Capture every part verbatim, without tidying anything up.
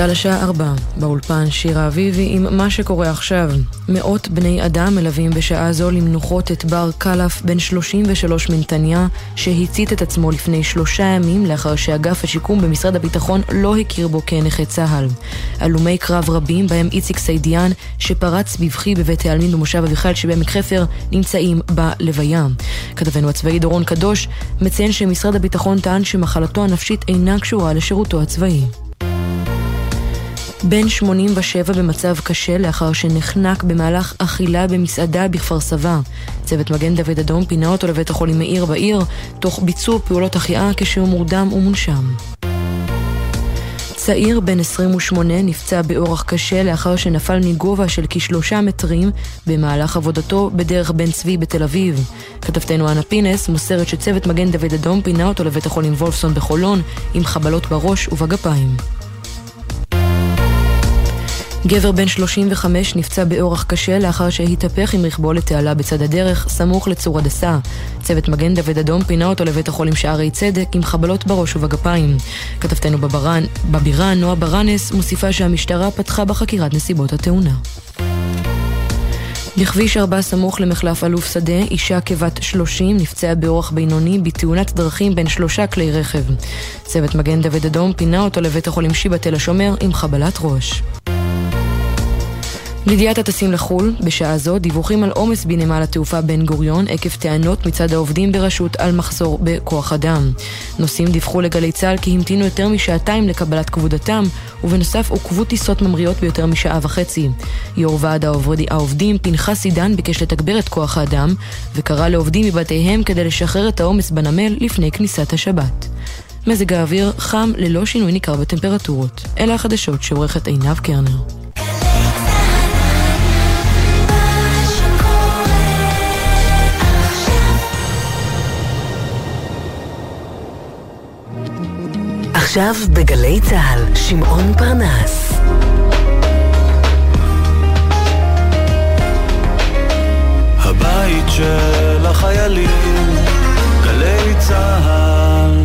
גל השעה ארבע, באולפן שירה אביבי עם מה שקורה עכשיו. מאות בני אדם מלווים בשעה זו למנוחות את בר קלף בן שלושים ושלוש מנתניה, שהצית את עצמו לפני שלושה ימים לאחר שאגף השיקום במשרד הביטחון לא הכיר בו כנכה צהל. אלומי קרב רבים בהם איציק סיידיאן שפרץ בבחי בבית העלמין במושב אביחיל שבעמק חפר נמצאים בלוויה. כתבנו הצבאי דורון קדוש מציין שמשרד הביטחון טען שמחלתו הנפשית אינה קשורה לשירותו הצבאי. בן שמונים ושבע במצב קשה לאחר שנחנק במהלך אכילה במסעדה בכפר סבא. צוות מגן דוד אדום פינה אותו לבית החולים מאיר בעיר תוך ביצוע פעולות החייאה כשהוא מורדם ומונשם. צעיר בן עשרים ושמונה נפצע באורח קשה לאחר שנפל מגובה של כשלושה מטרים במהלך עבודתו בדרך בן צבי בתל אביב. כתבתנו אנה פינס מוסרת שצוות מגן דוד אדום פינה אותו לבית החולים וולפסון בחולון עם חבלות בראש ובגפיים. גבר בן שלושים וחמש נפצע באורח קשה לאחר שהתהפך עם רכבו לתעלה בצד הדרך סמוך לצור הדסה. צוות מגן דוד אדום פינה אותו לבית החולים שערי צדק עם חבלות בראש ובגפיים. כתבתנו בברן, בבירה נועה ברנס מוסיפה שהמשטרה פתחה בחקירת נסיבות התאונה. בכביש ארבע סמוך למחלף אלוף שדה, אישה כבת שלושים נפצעה באורח בינוני בתאונת דרכים בין שלושה כלי רכב. צוות מגן דוד אדום פינה אותו לבית החולים שיבא תל השומר עם חבלת ראש. לידיעת הטסים לחול, בשעה זו דיווחים על עומס בנמל התעופה בן גוריון עקב טענות מצד העובדים ברשות על מחסור בכוח אדם. נוסעים דיווחו לגלי צה"ל כי המתינו יותר משעתיים לקבלת כבודתם, ובנוסף עוכבו טיסות ממריאות ביותר משעה וחצי. יו"ר ועד העובדים פנחס עידן ביקש לתגבר את כוח האדם, וקרא לעובדים מבתיהם כדי לשחרר את העומס בנמל לפני כניסת השבת. מזג האוויר חם ללא שינוי ניכר בטמפרטורות. אלה החדשות שעורכת עינב קרנר. עכשיו בגלי צהל, שמעון פרנס. הבית של החיילים, גלי צהל.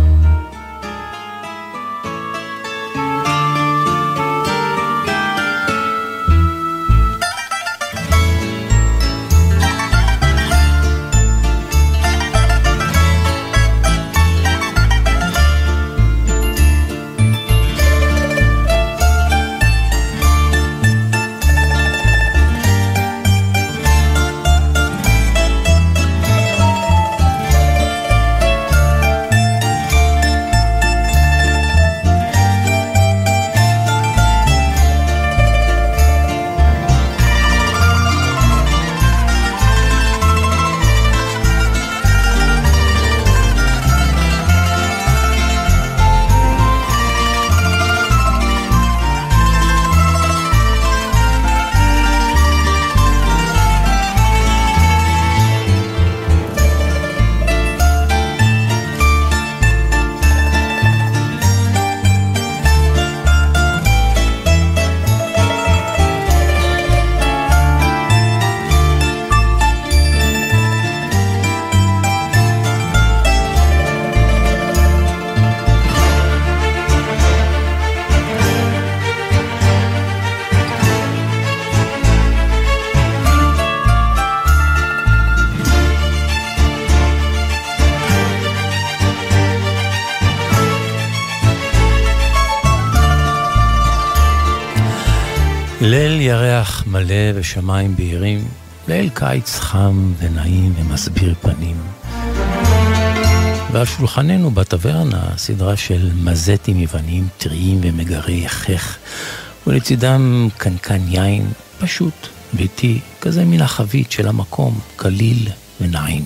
ליל ירח מלא ושמיים בהירים, ליל קיץ חם ונעים ומסביר פנים. ועל שולחננו בטברנה סדרה של מזטים יווניים טריים ומגרי יחך, ולצידם קנקן יין פשוט, ביתי, כזה מן החבית של המקום, קליל ונעים.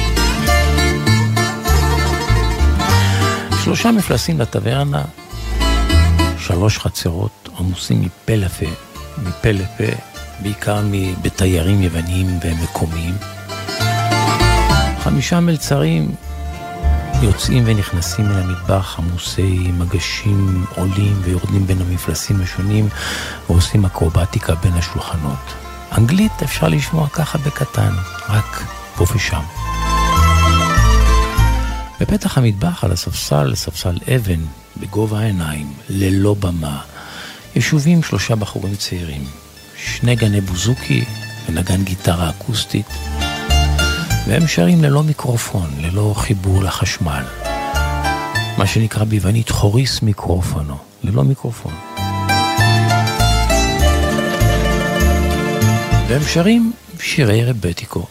שלושה מפלסים לטברנה, שלוש חצרות עמוסים מפה לפה, מפה לפה, בעיקר בתיירים יווניים ומקומיים. חמישה מלצרים יוצאים ונכנסים מן המטבח עמוסי מגשים עולים ויורדים בין המפלסים השונים ועושים אקרובטיקה בין השולחנות. אנגלית אפשר לשמוע ככה בקטן, רק פה ושם. בפתח המטבח על הספסל, ספסל אבן בגובה העיניים, ללא במה, ישובים שלושה בחורים צעירים, שני גני בוזוקי ונגן גיטרה אקוסטית, והם שרים ללא מיקרופון, ללא חיבור לחשמל. מה שנקרא ביוונית חוריס מיקרופונו, ללא מיקרופון. והם שרים שירי רבטיקו.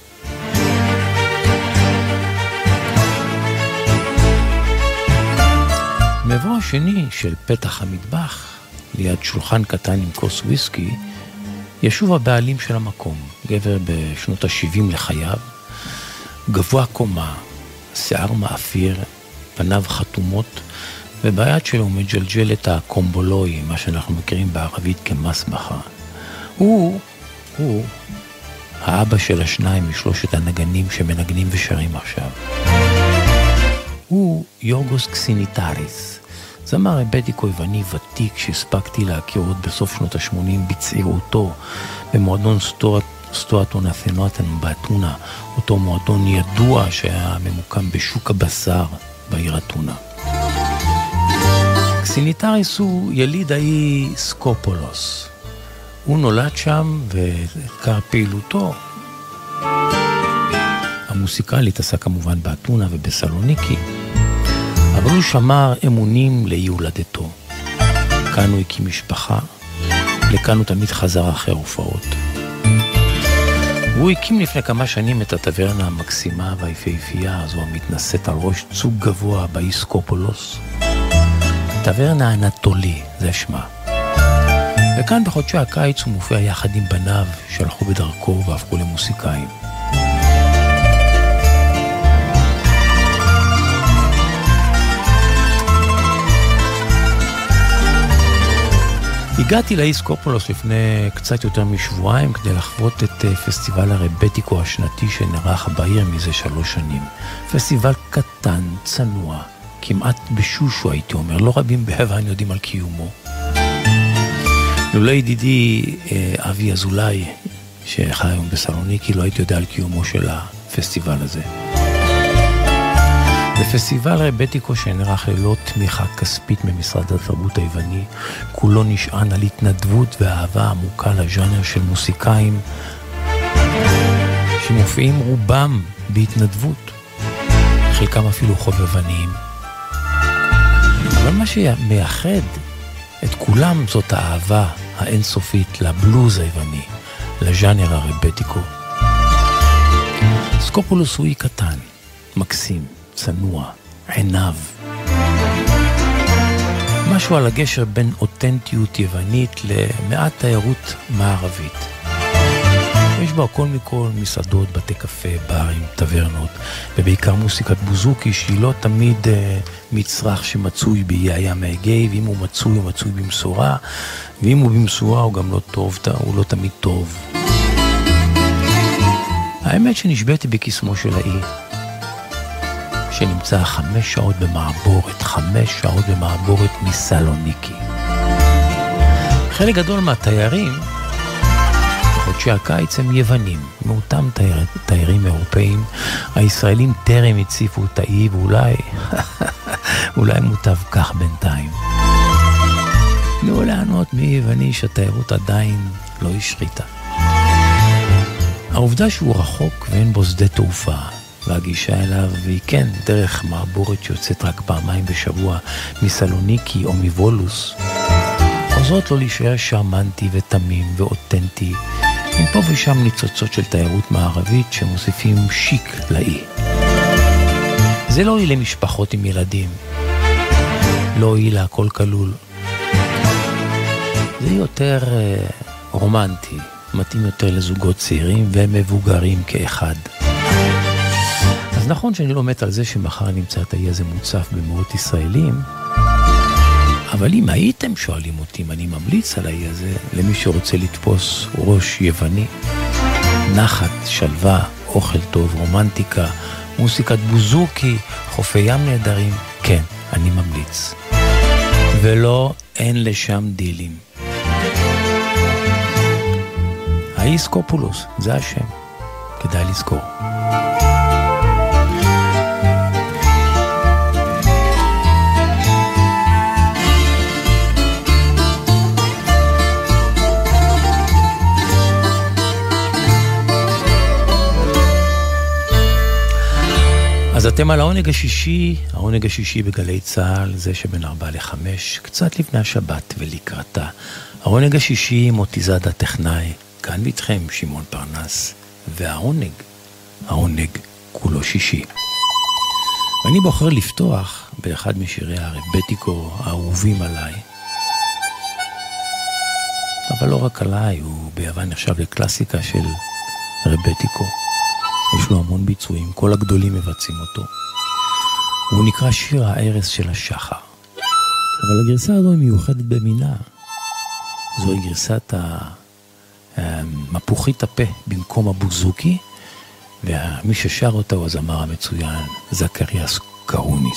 מבוא השני של פתח המטבח, ליד שולחן קטן עם כוס וויסקי, ישוב הבעלים של המקום, גבר בשנות ה-שבעים לחייו, גבוה קומה, שיער מאפיר, פניו חתומות, וביד שלו מג'לג'ל את הקומבולוי, מה שאנחנו מכירים בערבית כמסבחה. הוא, הוא, האבא של השניים משלושת הנגנים שמנגנים ושרים עכשיו. הוא יורגוס קסיניטריס, זמר רבטיקו יווני ותיק שהספקתי להכיר עוד בסוף שנות ה-שמונים בצעירותו, במועדון סטורת, סטואטון אפנואטן באתונה, אותו מועדון ידוע שהיה ממוקם בשוק הבשר בעיר אתונה. קסיניטריס הוא יליד האי סקופולוס. הוא נולד שם ועיקר פעילותו המוסיקלית עשה כמובן באתונה ובסלוניקי, אבל הוא שמר אמונים לאי הולדתו. כאן הוא הקים משפחה, לכאן הוא תמיד חזר אחרי הופעות. הוא הקים לפני כמה שנים את הטברנה המקסימה והיפהפייה הזו המתנשאת על ראש צוג גבוה באי סקופולוס. טברנה אנטולי, זה שמה. וכאן בחודשי הקיץ הוא מופיע יחד עם בניו שהלכו בדרכו והפכו למוסיקאים. הגעתי לאי סקופולוס לפני קצת יותר משבועיים כדי לחוות את פסטיבל הרבטיקו השנתי שנערך בעיר מזה שלוש שנים. פסטיבל קטן, צנוע, כמעט בשושו הייתי אומר, לא רבים בהבן יודעים על קיומו. לולא ידידי אבי אזולאי שחי היום בסלוניקי לא הייתי יודע על קיומו של הפסטיבל הזה. בפסטיבל רבטיקו שנערך ללא תמיכה כספית ממשרד התרבות היווני, כולו נשען על התנדבות ואהבה עמוקה לז'אנר של מוסיקאים שמופיעים רובם בהתנדבות, חלקם אפילו חובבניים. אבל מה שמייחד את כולם זאת האהבה האינסופית לבלוז היווני, לז'אנר הרבטיקו. סקופולוס הוא אי קטן, מקסים, צנוע, עיניו. משהו על הגשר בין אותנטיות יוונית למעט תיירות מערבית. יש בה כל מכל מסעדות, בתי קפה, ברים, טברנות, ובעיקר מוסיקת בוזוקי שהיא לא תמיד uh, מצרך שמצוי באי הים האגאי, ואם הוא מצוי הוא מצוי במשורה, ואם הוא במשורה הוא גם לא טוב, הוא לא תמיד טוב. האמת שנשבעתי בקסמו של האי, שנמצא חמש שעות במעבורת, חמש שעות במעבורת מסלוניקי. חלק גדול מהתיירים בחודשי הקיץ הם יוונים, מאותם תייר, תיירים אירופאים. הישראלים טרם הציפו את האי, ואולי אולי מוטב כך בינתיים. לא לענות מי יווני שהתיירות עדיין לא השחיתה. העובדה שהוא רחוק ואין בו שדה תעופה, והגישה אליו, והיא כן דרך מעבורת שיוצאת רק פעמיים בשבוע מסלוניקי או מבולוס, עוזרות לו להישאר שרמנטי ותמים ואותנטי, עם פה ושם ניצוצות של תיירות מערבית שמוסיפים שיק לאי. זה לא אי למשפחות עם ילדים, לא אי להכל כלול. זה יותר uh, רומנטי, מתאים יותר לזוגות צעירים ומבוגרים כאחד. אז נכון שאני לא מת על זה שמחר נמצא את האי הזה מוצף במאות ישראלים, אבל אם הייתם שואלים אותי אם אני ממליץ על האי הזה למי שרוצה לתפוס ראש יווני, נחת, שלווה, אוכל טוב, רומנטיקה, מוסיקת בוזוקי, חופי ים נהדרים, כן, אני ממליץ. ולא, אין לשם דילים. האי סקופולוס, זה השם, כדאי לזכור. אז אתם על העונג השישי, העונג השישי בגלי צהל, זה שבין ארבע לחמש, קצת לפני השבת ולקראתה. העונג השישי, מוטיזד הטכנאי, כאן ביתכם שמעון פרנס, והעונג, העונג כולו שישי. ואני בוחר לפתוח באחד משירי הרבטיקו האהובים עליי, אבל לא רק עליי, הוא ביוון נחשב לקלאסיקה של רבטיקו. יש לו המון ביצועים, כל הגדולים מבצעים אותו. הוא נקרא שיר הערס של השחר. אבל הגרסה הזו היא מיוחדת במינה. זוהי גרסת המפוחית הפה במקום הבוזוקי, ומי ששר אותה הוא הזמר המצוין, זכריאס קרוניס.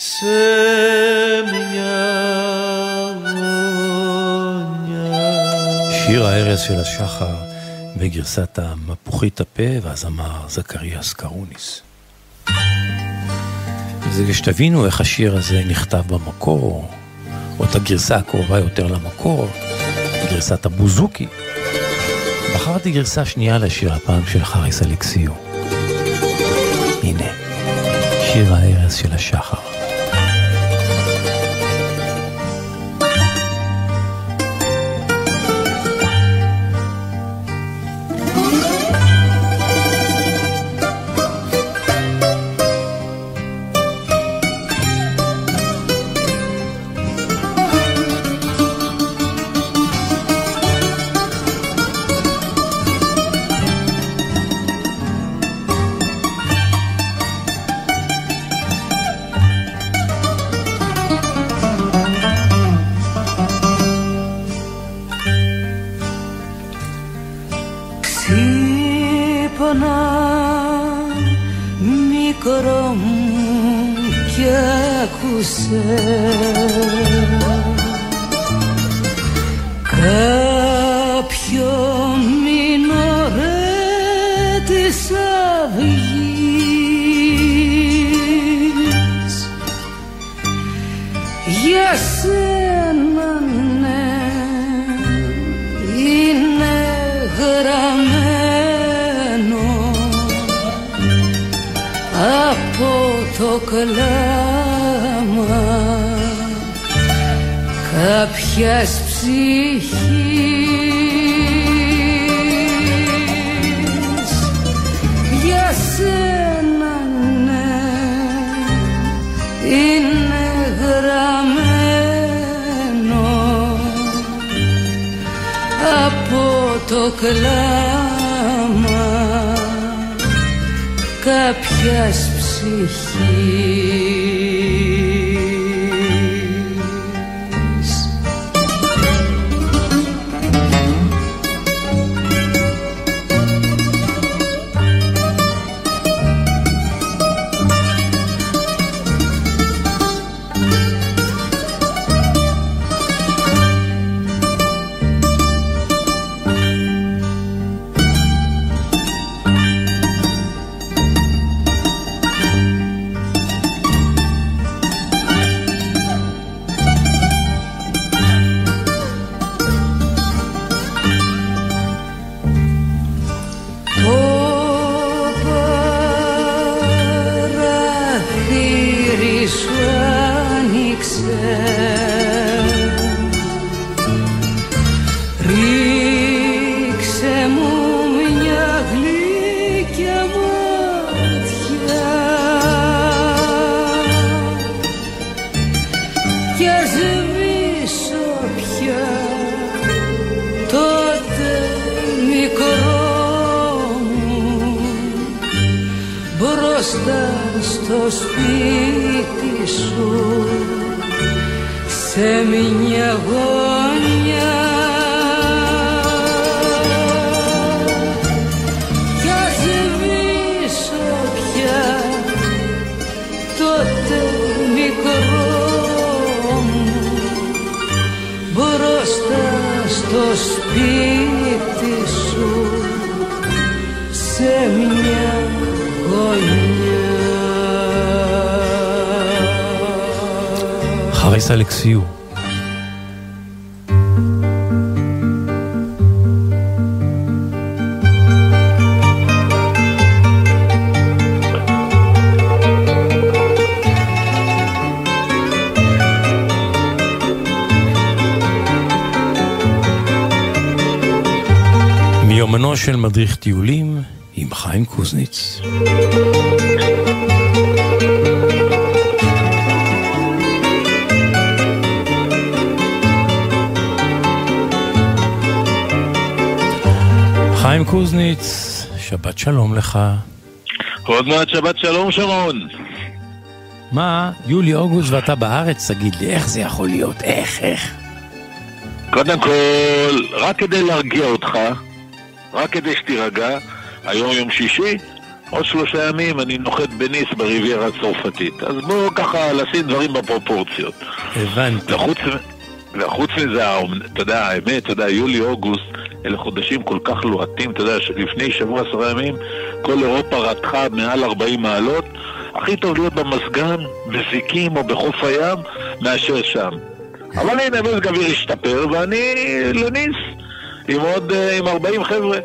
σε μια γωνιά. שיר הארז של השחר בגרסת המפוחית הפה והזמר זכריאס קרוניס. זה שתבינו איך השיר הזה נכתב במקור, או את הגרסה הקרובה יותר למקור, גרסת הבוזוקי. בחרתי גרסה שנייה לשיר הפעם של חריס אלכסיו. הנה, שיר הארז של השחר. חריס אלכסיו. מיומנו של מדריך טיולים עם חיים קוזניץ. חיים קוזניץ, שבת שלום לך. עוד מעט שבת שלום שרון. מה, יולי אוגוסט ואתה בארץ, תגיד לי, איך זה יכול להיות? איך, איך? קודם כל, רק כדי להרגיע אותך, רק כדי שתירגע, היום יום שישי, עוד שלושה ימים אני נוחת בניס בריביירה הצרפתית. אז בואו ככה לשים דברים בפרופורציות. הבנתי. וחוץ, וחוץ מזה, אתה יודע, האמת, אתה יודע, יולי-אוגוסט, אלה חודשים כל כך לוהטים, אתה יודע, לפני שבוע עשרה ימים, כל אירופה רתחה מעל ארבעים מעלות, הכי טוב להיות במסגן, בזיקים או בחוף הים, מאשר שם. אבל הנה, מזג אוויר השתפר, ואני לניס, עם עוד, עם ארבעים חבר'ה.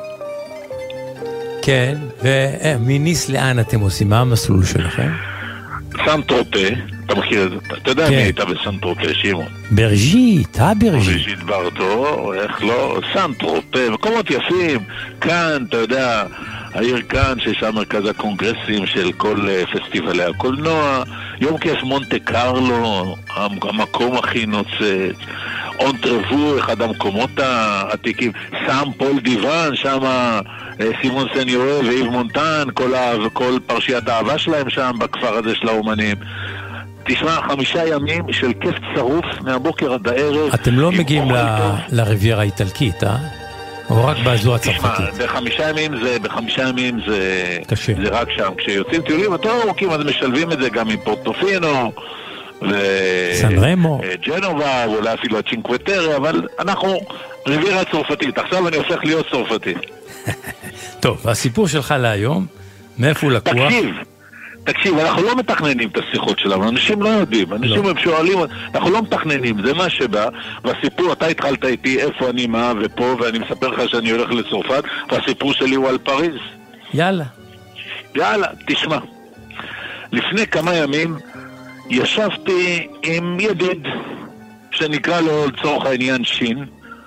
כן, ומניס לאן אתם עושים? מה המסלול שלכם? סן טרופה, אתה מכיר את זה? אתה יודע מי הייתה בסן טרופה, שימון? ברג'ית, אה ברג'ית. ברג'ית ברטו, איך לא? סן טרופה, מקומות יפים, כאן, אתה יודע, העיר כאן, ששם מרכז הקונגרסים של כל פסטיבלי הקולנוע, יום כיף מונטה קרלו, המקום הכי נוצץ, אונטרבו, אחד המקומות העתיקים, סם פול דיוון, שם סימון סניורה ואיב מונטן, כל, כל פרשיית האהבה שלהם שם בכפר הזה של האומנים. תשמע, חמישה ימים של כיף צרוף מהבוקר עד הערב. אתם לא מגיעים ל- לריביירה האיטלקית, אה? או רק באזור הצרפתית? תשמע, בחמישה ימים זה, בחמישה ימים זה, קשה. זה רק שם. כשיוצאים טיולים, אתה רואים, אז משלבים את זה גם עם פורטופינו, סן רמו, ג'נובה, ואולי אפילו הצ'ינקווטרה, אבל אנחנו ריביירה צרפתית. עכשיו אני הופך להיות צרפתי. טוב, הסיפור שלך להיום, מאיפה הוא לקוח? תקשיב, תקשיב, אנחנו לא מתכננים את השיחות שלנו, אנשים לא יודעים, אנשים הם שואלים, אנחנו לא מתכננים, זה מה שבא, והסיפור, אתה התחלת איתי איפה אני, מה ופה, ואני מספר לך שאני הולך לצרפת, והסיפור שלי הוא על פריז. יאללה. יאללה, תשמע. לפני כמה ימים ישבתי עם ידיד, שנקרא לו לצורך העניין שין.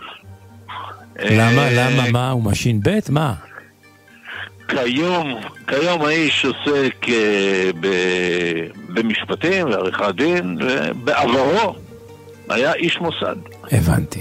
למה, למה, מה, הוא משין בית? מה? כיום, כיום האיש עוסק ב, במשפטים ועריכת דין, ובעברו היה איש מוסד. הבנתי.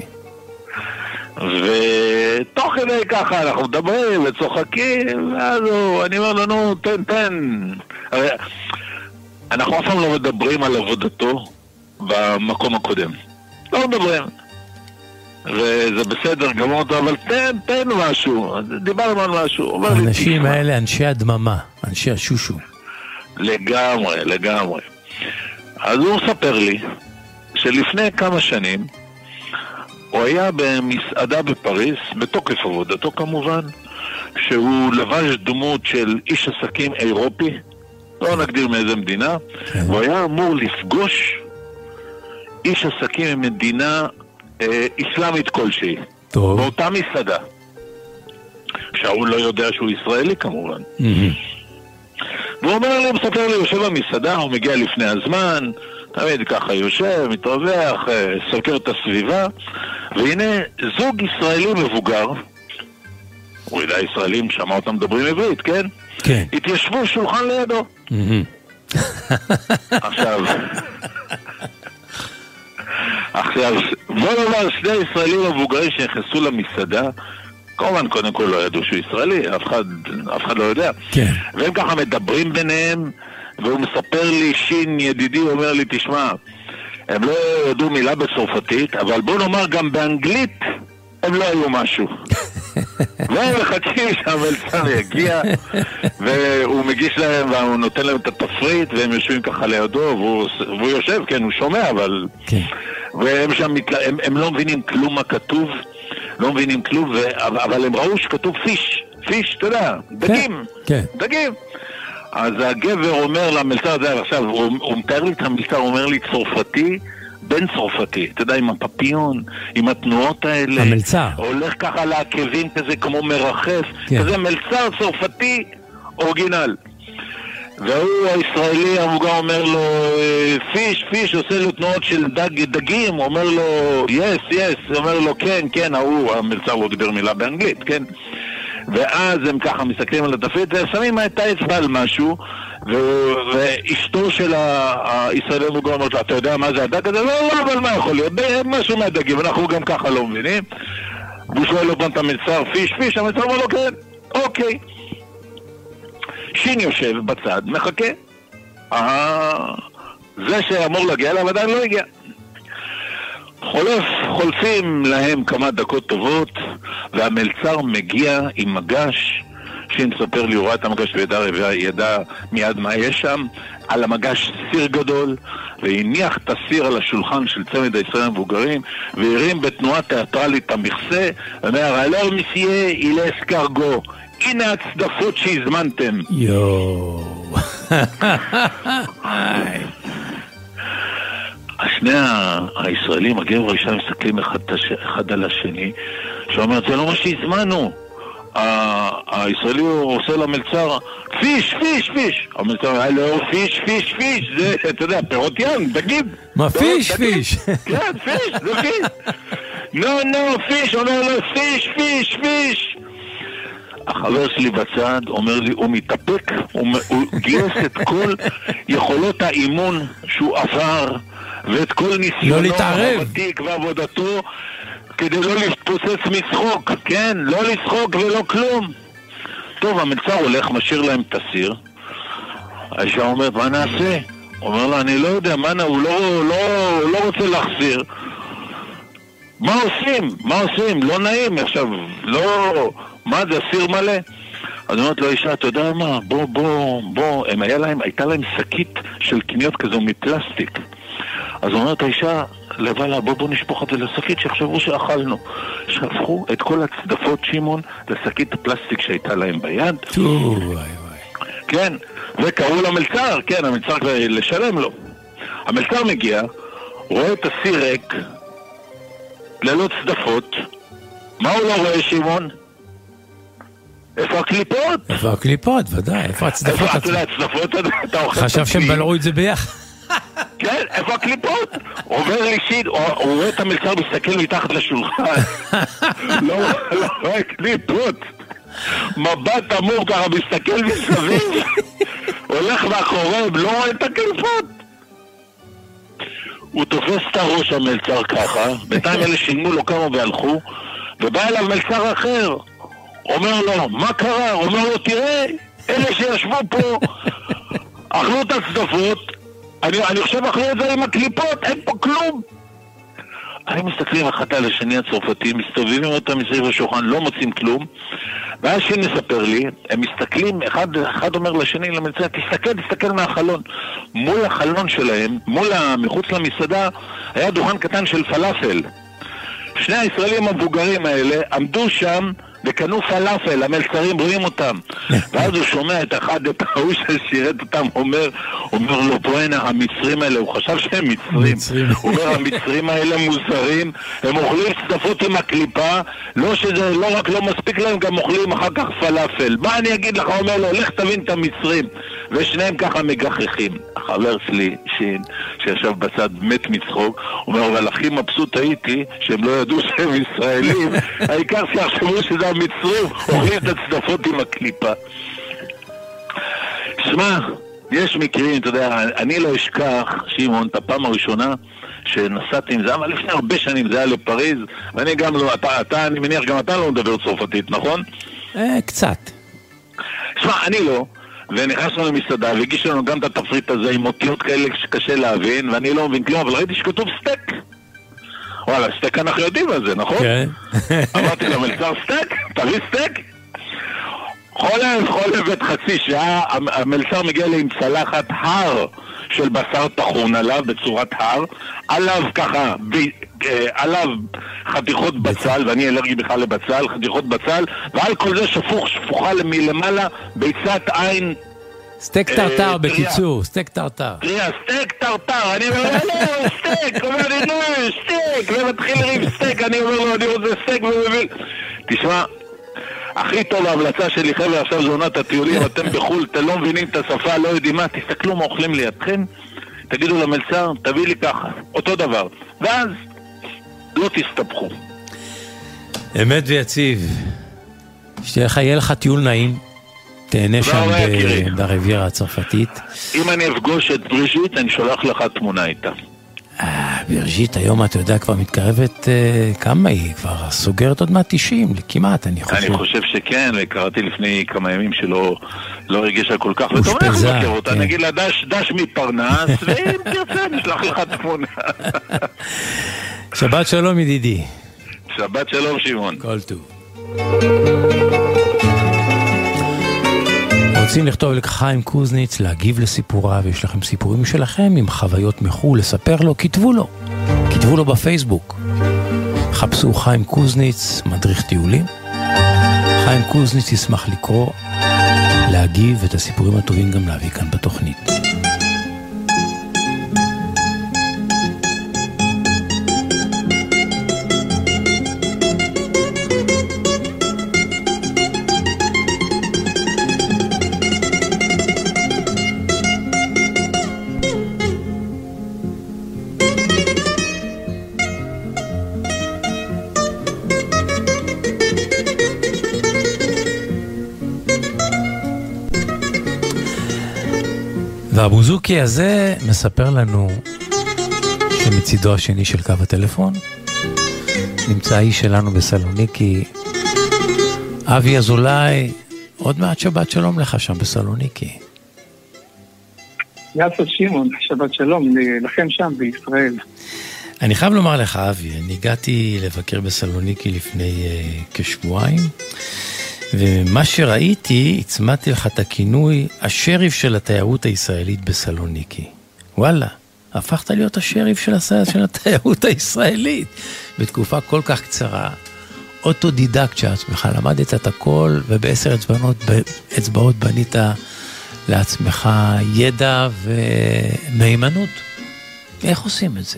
ותוך כדי ככה אנחנו מדברים וצוחקים, ואז הוא, אני אומר לנו, תן, תן. הרי אנחנו אף פעם לא מדברים על עבודתו במקום הקודם. לא מדברים. וזה בסדר, גמור אותו, אבל תן, תן משהו, דיברנו על משהו. האנשים האלה אנשי הדממה, אנשי השושו. לגמרי, לגמרי. אז הוא מספר לי שלפני כמה שנים הוא היה במסעדה בפריז, בתוקף עבודתו כמובן, שהוא לבש דמות של איש עסקים אירופי, לא נגדיר מאיזה מדינה, הוא היה אמור לפגוש איש עסקים ממדינה איסלאמית כלשהי, טוב. באותה מסעדה, שהוא לא יודע שהוא ישראלי כמובן. Mm-hmm. והוא אומר לי, מספר לי, יושב במסעדה, הוא מגיע לפני הזמן, תמיד ככה יושב, מתרווח, סוקר את הסביבה, והנה זוג ישראלי מבוגר, הוא ידע ישראלים, שמע אותם מדברים עברית, כן? כן. התיישבו שולחן לידו. Mm-hmm. עכשיו... עכשיו, בוא נאמר, שני ישראלים מבוגרים שנכנסו למסעדה, כמובן קודם כל לא ידעו שהוא ישראלי, אף אחד, אף אחד לא יודע. כן. והם ככה מדברים ביניהם, והוא מספר לי, שין ידידי אומר לי, תשמע, הם לא ידעו מילה בצרפתית, אבל בוא נאמר גם באנגלית, הם לא היו משהו. והם מחכים שהמלצר יגיע, והוא מגיש להם, והוא נותן להם את התפריט, והם יושבים ככה לידו, והוא, והוא יושב, כן, הוא שומע, אבל... כן. והם שם, הם, הם לא מבינים כלום מה כתוב, לא מבינים כלום, ו... אבל הם ראו שכתוב פיש, פיש, אתה יודע, דגים, כן. דגים. אז הגבר אומר למלצר הזה, עכשיו, הוא, הוא מתאר לי את המלצר, הוא אומר לי צרפתי, בן צרפתי, אתה יודע, עם הפפיון, עם התנועות האלה. המלצר. הולך ככה לעקבים כזה כמו מרחף, כן. כזה מלצר צרפתי אורגינל. והוא הישראלי המוגע אומר לו, פיש, פיש, עושה לו תנועות של דג, דגים, הוא אומר לו, יס, יס, הוא אומר לו, כן, כן, ההוא, המלצר לא דיבר מילה באנגלית, כן. ואז הם ככה מסתכלים על התפריט ושמים את האצבע על משהו, ואשתו של הישראלי המוגע אומרת לו, אתה יודע מה זה הדג הזה? לא, לא, אבל מה יכול להיות? משהו מהדגים, אנחנו גם ככה לא מבינים. והוא שואל לו את המלצר, פיש, פיש, המלצר אומר לו, כן, אוקיי. שין יושב בצד, מחכה. אה, זה שאמור להגיע אליו עדיין לא הגיע. חולף, חולפים להם כמה דקות טובות, והמלצר מגיע עם מגש. שין ספר לי, הוא ראה את המגש וידע, וידע מיד מה יש שם, על המגש סיר גדול, והניח את הסיר על השולחן של צמד הישראלים המבוגרים, והרים בתנועה תיאטרלית המכסה, ואומר, הלו מסייה, אילה אסקרגו, הנה הצדפות שהזמנתם. יואו. השני הישראלים, הגבר והאישה, מסתכלים אחד, אחד על השני, שאומר, זה לא מה שהזמנו. הישראלי עושה למלצר, פיש, פיש, פיש. המלצר, הלו, פיש, פיש, פיש. זה, אתה יודע, פירות ים, תגיד. מה פיש, פיש? כן, פיש, זה פיש. נו, נו, פיש, אומר לו, פיש, פיש, פיש. החבר שלי בצד אומר לי, הוא מתאפק, הוא, הוא גייס את כל יכולות האימון שהוא עבר, ואת כל ניסיונו הוותיק ועבודתו, כדי לא להתפוצץ משחוק, כן? לא לשחוק ולא כלום. טוב, המלצר הולך, משאיר להם את הסיר. האישה אומרת, מה נעשה? הוא אומר לה, אני לא יודע, מה נע... הוא לא, לא, לא רוצה להחזיר. מה עושים? מה עושים? לא נעים עכשיו, לא... מה זה, הסיר מלא? אז אומרת לו, אישה, אתה יודע מה? בוא, בוא, בוא. הם היה להם, הייתה להם שקית של קניות כזו מפלסטיק. אז אומרת האישה, לבלה, בוא בוא נשפוך את זה לשקית שיחשבו שאכלנו. שפכו את כל הצדפות שימון לשקית הפלסטיק שהייתה להם ביד. וואי וואי. כן, וקראו למלצר, כן, המלצר כבר לשלם לו. המלצר מגיע, רואה את הסיר ריק, ללא צדפות. מה הוא לא רואה, שימון? איפה הקליפות? איפה הקליפות, ודאי, איפה הצדפות? איפה, אתה יודע, הצדפות, אתה אוכל... חשב שהם בלעו את זה ביחד. כן, איפה הקליפות? עובר לישית, הוא רואה את המלצר, מסתכל מתחת לשולחן. לא רואה קליפות. מבט אמור ככה, מסתכל מסביב. הולך מאחוריו, לא רואה את הקליפות. הוא תופס את הראש המלצר ככה, בינתיים אלה שילמו לו כמה והלכו, ובא אליו מלצר אחר. אומר לו, מה קרה? אומר לו, תראה, אלה שישבו פה, אכלו את הצדפות, אני, אני חושב אכלו את זה עם הקליפות, אין פה כלום. אני מסתכלים אחת על השני הצרפתים, מסתובבים אותם מסביב השולחן, לא מוצאים כלום, ואז שני מספר לי, הם מסתכלים, אחד, אחד אומר לשני למלצר, תסתכל, תסתכל מהחלון. מול החלון שלהם, מול, מחוץ למסעדה, היה דוכן קטן של פלאפל. שני הישראלים המבוגרים האלה עמדו שם וקנו פלאפל, המלצרים רואים אותם. ואז הוא שומע את אחד, את ההוא ששירת אותם, אומר, אומר לו, פואנה, המצרים האלה, הוא חשב שהם מצרים. הוא אומר, המצרים האלה מוזרים, הם אוכלים צדפות עם הקליפה, לא שזה, לא רק לא מספיק להם, גם אוכלים אחר כך פלאפל. מה אני אגיד לך? הוא אומר לו, לך תבין את המצרים. ושניהם ככה מגחכים. החבר שלי, שין, שישב בצד מת מצחוק, הוא אומר, אבל הכי מבסוט הייתי, שהם לא ידעו שהם ישראלים, העיקר שיחשבו שזה המצרים, אוכלים את הצדפות עם הקליפה. שמע, יש מקרים, אתה יודע, אני לא אשכח, שימון, את הפעם הראשונה שנסעתי עם זה, אבל לפני הרבה שנים, זה היה לפריז, ואני גם לא, אתה, אתה, אני מניח, גם אתה לא מדבר צרפתית, נכון? אה, קצת. שמע, אני לא, ונכנסנו למסעדה, והגיש לנו גם את התפריט הזה, עם אותיות כאלה שקשה להבין, ואני לא מבין כלום, אבל ראיתי שכתוב סטייק. וואלה, סטייק אנחנו יודעים על זה, נכון? כן. אמרתי למלצר, סטייק? תביא סטייק? חולב, חולבת חצי שעה, המלצר מגיע לי עם צלחת הר של בשר טחון עליו, בצורת הר, עליו ככה, ב, אה, עליו חתיכות בצל, ואני אלרגי בכלל לבצל, חתיכות בצל, ועל כל זה שפוך, שפוכה מלמעלה, ביצת עין, סטייק טרטר בקיצור, סטייק טרטר. תראה, סטייק טרטר, אני אומר, לא, סטייק, הוא אומר לי, לא, סטייק, ומתחיל לריב סטייק, אני אומר לו, אני רוצה סטייק, ומבין. תשמע, הכי טוב ההמלצה שלי, חבר'ה, עכשיו זה עונת הטיולים, אתם בחול, אתם לא מבינים את השפה, לא יודעים מה, תסתכלו מה אוכלים לידכם, תגידו למלצר, תביא לי ככה, אותו דבר, ואז לא תסתבכו. אמת ויציב, שתהיה לך, יהיה לך טיול נעים, תהנה שם ברביירה הצרפתית. אם אני אפגוש את בריז'יט, אני שולח לך תמונה איתה. אה, בריז'יט היום, אתה יודע, כבר מתקרבת, כמה היא? כבר סוגרת עוד מעט תשעים, כמעט, אני חושב. אני חושב שכן, וקראתי לפני כמה ימים שלא לא הרגישה כל כך, ואתה אומר, אנחנו מכיר אותה, נגיד לה, דש, דש מפרנס, ואם תרצה, נשלח לך תמונה. שבת שלום, ידידי. שבת שלום, שמעון. כל טוב. עוד רוצים לכתוב לחיים קוזניץ, להגיב לסיפוריו, ויש לכם סיפורים שלכם עם חוויות מחול, לספר לו, כתבו לו. כתבו לו בפייסבוק. חפשו חיים קוזניץ, מדריך טיולים. חיים קוזניץ ישמח לקרוא, להגיב, ואת הסיפורים הטובים גם להביא כאן בתוכנית. והבוזוקי הזה מספר לנו שמצידו השני של קו הטלפון נמצא האיש שלנו בסלוניקי, אבי אזולאי. עוד מעט שבת שלום לך שם בסלוניקי. יעצר שמעון, שבת שלום לכם שם בישראל. אני חייב לומר לך אבי, אני הגעתי לבקר בסלוניקי לפני uh, כשבועיים, ומה שראיתי, הצמדתי לך את הכינוי, השריף של התיירות הישראלית בסלוניקי. וואלה, הפכת להיות השריף של, הסיירת, של התיירות הישראלית. בתקופה כל כך קצרה, אוטודידקט שעצמך, למדת את הכל, ובעשר אצבעות, אצבעות בנית לעצמך ידע ומהימנות. איך עושים את זה?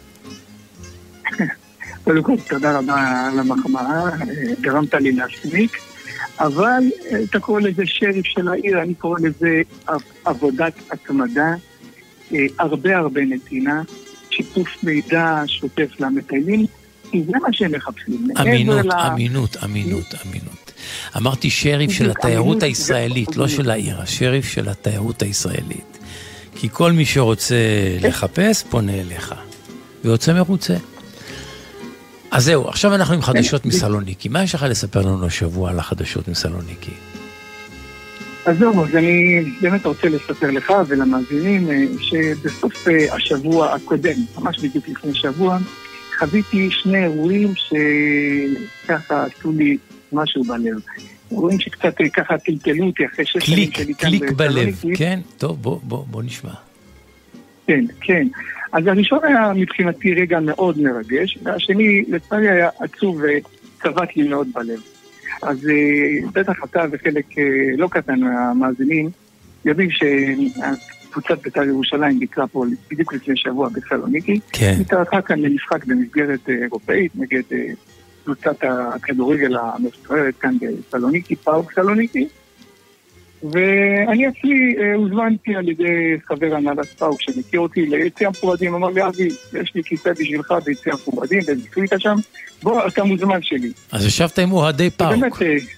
קודם כל, תודה רבה על המחמאה, גרמת לי להסמיק. אבל אתה קורא לזה שריף של העיר, אני קורא לזה עבודת התמדה, הרבה הרבה נתינה, שיתוף מידע שוטף למטיילים, כי זה מה שהם מחפשים. אמינות, אמינות, אמינות, אמינות. אמרתי שריף של התיירות הישראלית, לא של העיר, השריף של התיירות הישראלית. כי כל מי שרוצה לחפש פונה אליך, ויוצא מרוצה. אז זהו, עכשיו אנחנו עם חדשות מסלוניקי. מה יש לך לספר לנו השבוע על החדשות מסלוניקי? אז זהו, אז אני באמת רוצה לספר לך ולמאזינים שבסוף השבוע הקודם, ממש בדיוק לפני שבוע, חוויתי שני אירועים שככה עשו לי משהו בלב. אירועים שקצת ככה טלטלו אותי אחרי שש שנים שלי כאן בסלוניקי. קליק בלב, כן? טוב, בוא, בוא, בוא נשמע. כן, כן. אז הראשון היה מבחינתי רגע מאוד מרגש, והשני לצערי היה עצוב וצבט לי מאוד בלב. אז בטח אתה וחלק לא קטן מהמאזינים יודעים שקבוצת בית"ר ירושלים ביקרה פה בדיוק לפני שבוע בסלוניקי. כן. התארחה כאן למשחק במסגרת אירופאית נגד קבוצת הכדורגל המפוארת כאן בסלוניקי, פאוק סלוניקי. ואני עצמי הוזמנתי על ידי חבר הנהלת פאוק שמכיר אותי ליציע המפורדים, אמר לי אבי, יש לי כיסא בשבילך ביציע המפורדים, וביצעו איתה שם, בוא, אתה מוזמן שלי. אז ישבת עם אוהדי פאוק. באמת,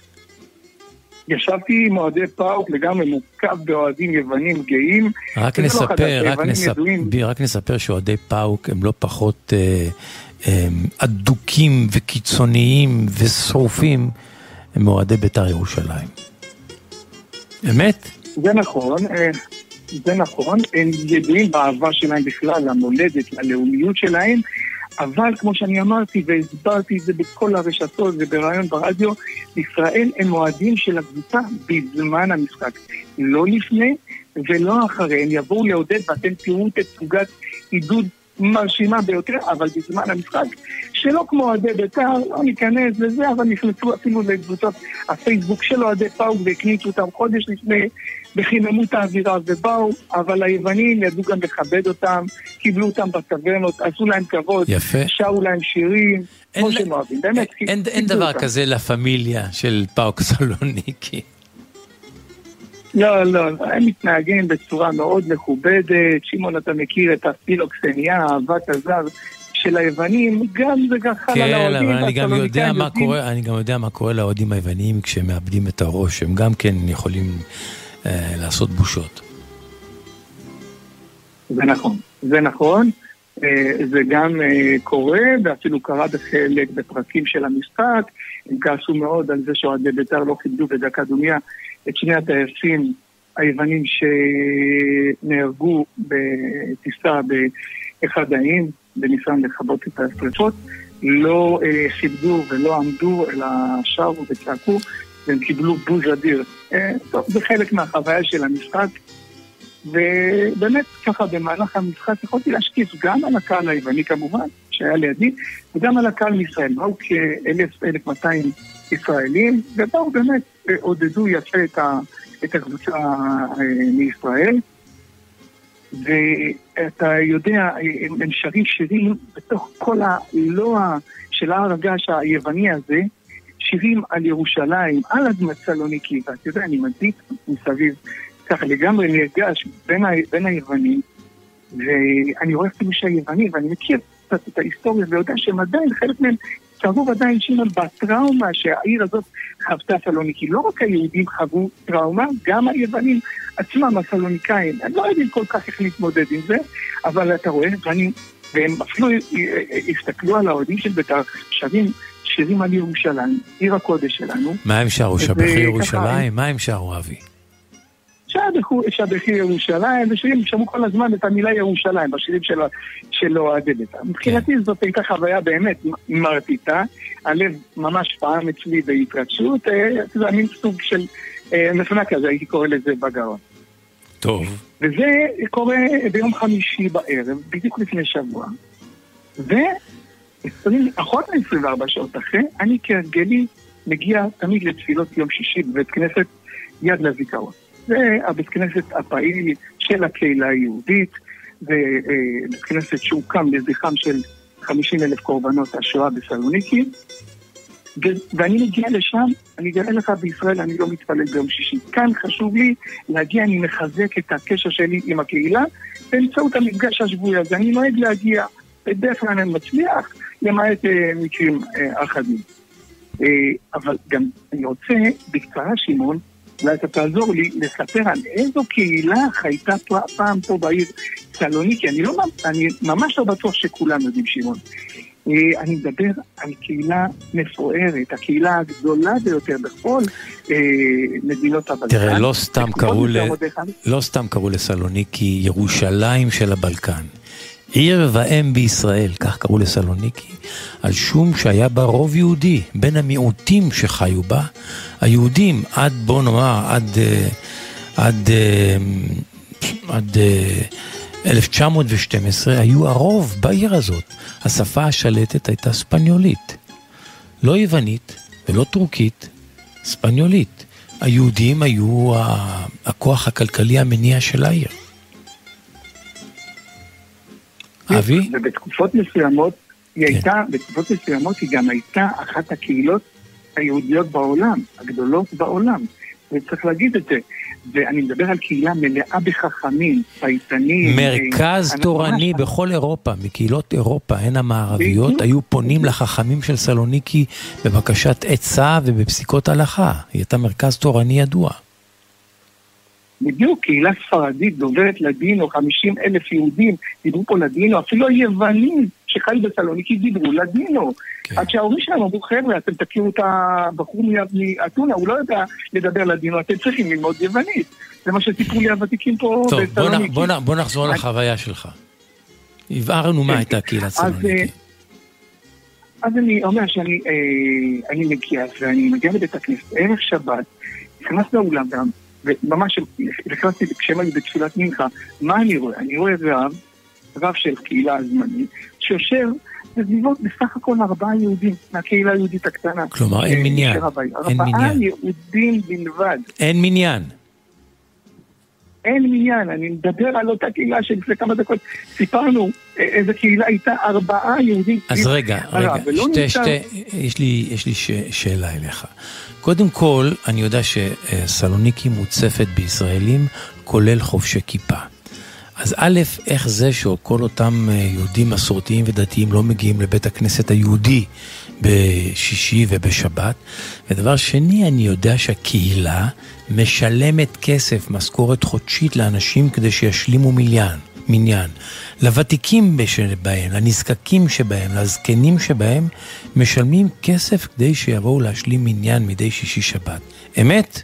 ישבתי עם אוהדי פאוק לגמרי מורכב באוהדים יוונים גאים. רק נספר, רק נספר, רק נספר שאוהדי פאוק הם לא פחות אדוקים וקיצוניים ושרופים הם אוהדי בית"ר ירושלים. אמת? זה נכון, זה נכון, הם ידועים באהבה שלהם בכלל, למולדת, ללאומיות שלהם, אבל כמו שאני אמרתי והסברתי את זה בכל הרשתות וברעיון ברדיו, ישראל הם אוהדים של הקבוצה בזמן המשחק, לא לפני ולא אחרי, הם יבואו לעודד ואתם תראו תצוגת עידוד מרשימה ביותר, אבל בזמן המשחק, שלא כמו אוהדי בית"ר, לא ניכנס לזה, אבל נכנסו אפילו לקבוצות הפייסבוק של אוהדי פאוק והקניצו אותם חודש לפני, בחינמו את האווירה ובאו, אבל היוונים ידעו גם לכבד אותם, קיבלו אותם בטברנות, עשו להם כבוד, יפה. שרו להם שירים, כמו שהם אוהבים. באמת, אין, אין דבר אותם. כזה לפמיליה של פאוק סלוניקי. לא, לא, הם מתנהגים בצורה מאוד מכובדת. שמעון, אתה מכיר את הפילוקסניה, אהבת הזר של היוונים, גם זה גם חל על האוהדים. כן, אבל אני גם יודע מה קורה, אני גם יודע מה קורה לאוהדים היוונים כשהם מאבדים את הראש, הם גם כן יכולים אה, לעשות בושות. זה נכון, זה נכון. אה, זה גם אה, קורה, ואפילו קרה בחלק בפרקים של המשחק. הם כעסו מאוד על זה שאוהדי בית"ר לא כיבדו בדקה דומייה את שני הטייסים היוונים שנהרגו בטיסה באחד האיים, בניסיון לכבות את השרפות, לא אה, כיבדו ולא עמדו, אלא שרו וצעקו, והם קיבלו בוז אדיר. טוב, זה חלק מהחוויה של המשחק, ובאמת ככה במהלך המשחק יכולתי להשקיף גם על הקהל היווני כמובן, שהיה לידי, וגם על הקהל מישראל. באו כ-אלף אלף מאתיים ישראלים, ובאו באמת עודדו יפה את, ה, את הקבוצה מישראל, ואתה יודע, הם שרים שירים בתוך כל הלוע של הר הגעש היווני הזה, שירים על ירושלים, על אדמת סלוניקי, ואתה יודע, אני מדליק מסביב, ככה לגמרי נרגש בין, ה, בין היוונים, ואני רואה אפילו שהיווני, ואני מכיר קצת את ההיסטוריה, ויודע שהם עדיין, חלק מהם קרוב עדיין שימל בטראומה שהעיר הזאת חוותה סלוניקי. לא רק היהודים חוו טראומה, גם היוונים עצמם, הסלוניקאים, הם לא יודעים כל כך איך להתמודד עם זה, אבל אתה רואה, ואני, והם אפילו הסתכלו על האוהדים של בית"ר, שרים שירים על ירושלים, עיר הקודש שלנו. מה הם שרו? שבחי ירושלים? מה הם שרו, אבי? שבחי ירושלים, ושירים שמעו כל הזמן את המילה ירושלים, בשירים של אוהדי בית"ר. מבחינתי זאת הייתה חוויה באמת מרטיטה, הלב ממש פעם אצלי בהתרגשות, זה מין סוג של נפנה כזה, הייתי קורא לזה בגרון. טוב. וזה קורה ביום חמישי בערב, בדיוק לפני שבוע, ואחות עשרים וארבע שעות אחרי, אני כהרגלי מגיע תמיד לתפילות יום שישי בבית כנסת יד לזיכרון. זה הבית כנסת הפעיל של הקהילה היהודית, זה בית כנסת שהוקם לזכרם של חמישים אלף קורבנות השואה בסלוניקי, ואני מגיע לשם, אני אגלה לך בישראל, אני לא מתפלל ביום שישי. כאן חשוב לי להגיע, אני מחזק את הקשר שלי עם הקהילה, באמצעות המפגש השבועי הזה. אני נוהג להגיע, בדרך כלל אני מצליח, למעט אה, מקרים אה, אחדים. אה, אבל גם אני רוצה, בקצרה שמעון, אולי אתה תעזור לי לספר על איזו קהילה חייתה פעם פה בעיר סלוניקי. אני, לא, אני ממש לא בטוח שכולם יודעים שמעון. אני מדבר על קהילה מפוארת, הקהילה הגדולה ביותר בכל אה, מדינות הבלקן. תראה, לא סתם קראו ל... לא סתם קראו לסלוניקי ירושלים של הבלקן. עיר ואם בישראל, כך קראו לסלוניקי, על שום שהיה בה רוב יהודי, בין המיעוטים שחיו בה, היהודים עד, בוא נאמר, עד, עד, עד, עד אלף תשע מאות ושתים עשרה היו הרוב בעיר הזאת. השפה השלטת הייתה ספניולית. לא יוונית ולא טורקית, ספניולית. היהודים היו הכוח הכלכלי המניע של העיר. אבי? ובתקופות מסוימות, היא הייתה, בתקופות מסוימות היא גם הייתה אחת הקהילות היהודיות בעולם, הגדולות בעולם. וצריך להגיד את זה. ואני מדבר על קהילה מלאה בחכמים, פייטנים. מרכז תורני בכל אירופה, מקהילות אירופה, הן המערביות, היו פונים לחכמים של סלוניקי בבקשת עצה ובפסיקות הלכה. היא הייתה מרכז תורני ידוע. בדיוק, קהילה ספרדית דוברת לדינו, חמישים אלף יהודים דיברו פה לדינו, אפילו היוונים שחיו בסלוניקי דיברו לדינו. כן. עד שההורים שלהם אמרו, חבר'ה, אתם תכירו את הבחור מאתונה, הוא לא יודע לדבר לדינו, אתם צריכים ללמוד יוונית. זה מה שסיפרו לי הוותיקים פה טוב, בסלוניקי. בוא, בוא, בוא נחזור אני... לחוויה שלך. הבהרנו מה הייתה קהילת סלוניקי. אז אני אומר שאני אה, אני מגיע, ואני מגיע לבית הכנסת, ערב שבת, נכנס לאולם גם, וממש נכנסתי כשאמר לי בתפילת מנחה, מה אני רואה? אני רואה רב, רב של קהילה הזמנית, שיושב בסביבות בסך הכל ארבעה יהודים, מהקהילה היהודית הקטנה. כלומר, אין מניין. ארבעה יהודים בלבד. אין מניין. אין מניין, אני מדבר על אותה קהילה שלפני כמה דקות סיפרנו איזה קהילה הייתה ארבעה יהודים. אז רגע, רגע, שתי, שתי, יש לי, יש לי ש, שאלה אליך. קודם כל, אני יודע שסלוניקי מוצפת בישראלים, כולל חובשי כיפה. אז א', איך זה שכל אותם יהודים מסורתיים ודתיים לא מגיעים לבית הכנסת היהודי בשישי ובשבת? ודבר שני, אני יודע שהקהילה משלמת כסף, משכורת חודשית לאנשים כדי שישלימו מיליון, מניין. לוותיקים שבהם, לנזקקים שבהם, לזקנים שבהם, משלמים כסף כדי שיבואו להשלים מניין מדי שישי שבת. אמת?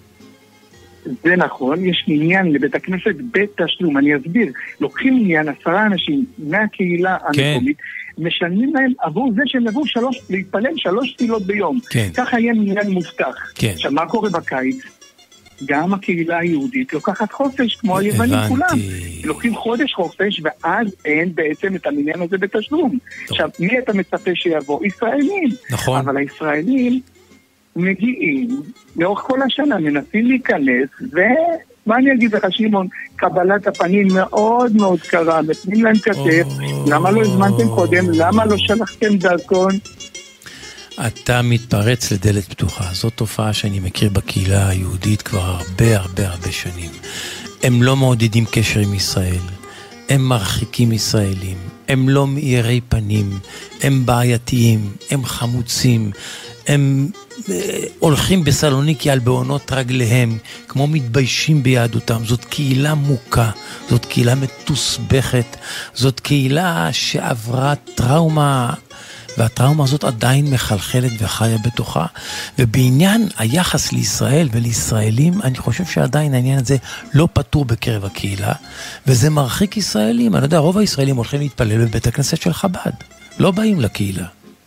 זה נכון, יש מניין לבית הכנסת בתשלום, אני אסביר, לוקחים מניין עשרה אנשים מהקהילה המקומית, משלמים להם עבור זה שהם לבוא שלוש, להתפלל שלוש תפילות ביום. כן. ככה יהיה מניין מובטח. כן. עכשיו, מה קורה בקיץ? גם הקהילה היהודית לוקחת חופש, כמו היוונים כולם. לוקחים חודש חופש, ואז אין בעצם את המניין הזה בתשלום. טוב. עכשיו, מי אתה מצפה שיבוא? ישראלים. נכון. אבל הישראלים מגיעים, לאורך כל השנה, מנסים להיכנס, ומה אני אגיד לך, שמעון, קבלת הפנים מאוד מאוד קרה, נותנים להם כתף, למה לא הזמנתם קודם, למה לא שלחתם דרכון? אתה מתפרץ לדלת פתוחה. זאת תופעה שאני מכיר בקהילה היהודית כבר הרבה הרבה הרבה שנים. הם לא מעודדים קשר עם ישראל, הם מרחיקים ישראלים, הם לא מאירי פנים, הם בעייתיים, הם חמוצים, הם אה, הולכים בסלוניקי על בעונות רגליהם, כמו מתביישים ביהדותם. זאת קהילה מוכה, זאת קהילה מתוסבכת, זאת קהילה שעברה טראומה, והטראומה הזאת עדיין מחלחלת וחיה בתוכה. ובעניין היחס לישראל ולישראלים, אני חושב שעדיין העניין הזה לא פתור בקרב הקהילה, וזה מרחיק ישראלים. אני יודע, רוב הישראלים הולכים להתפלל בבית הכנסת של חב"ד, לא באים לקהילה.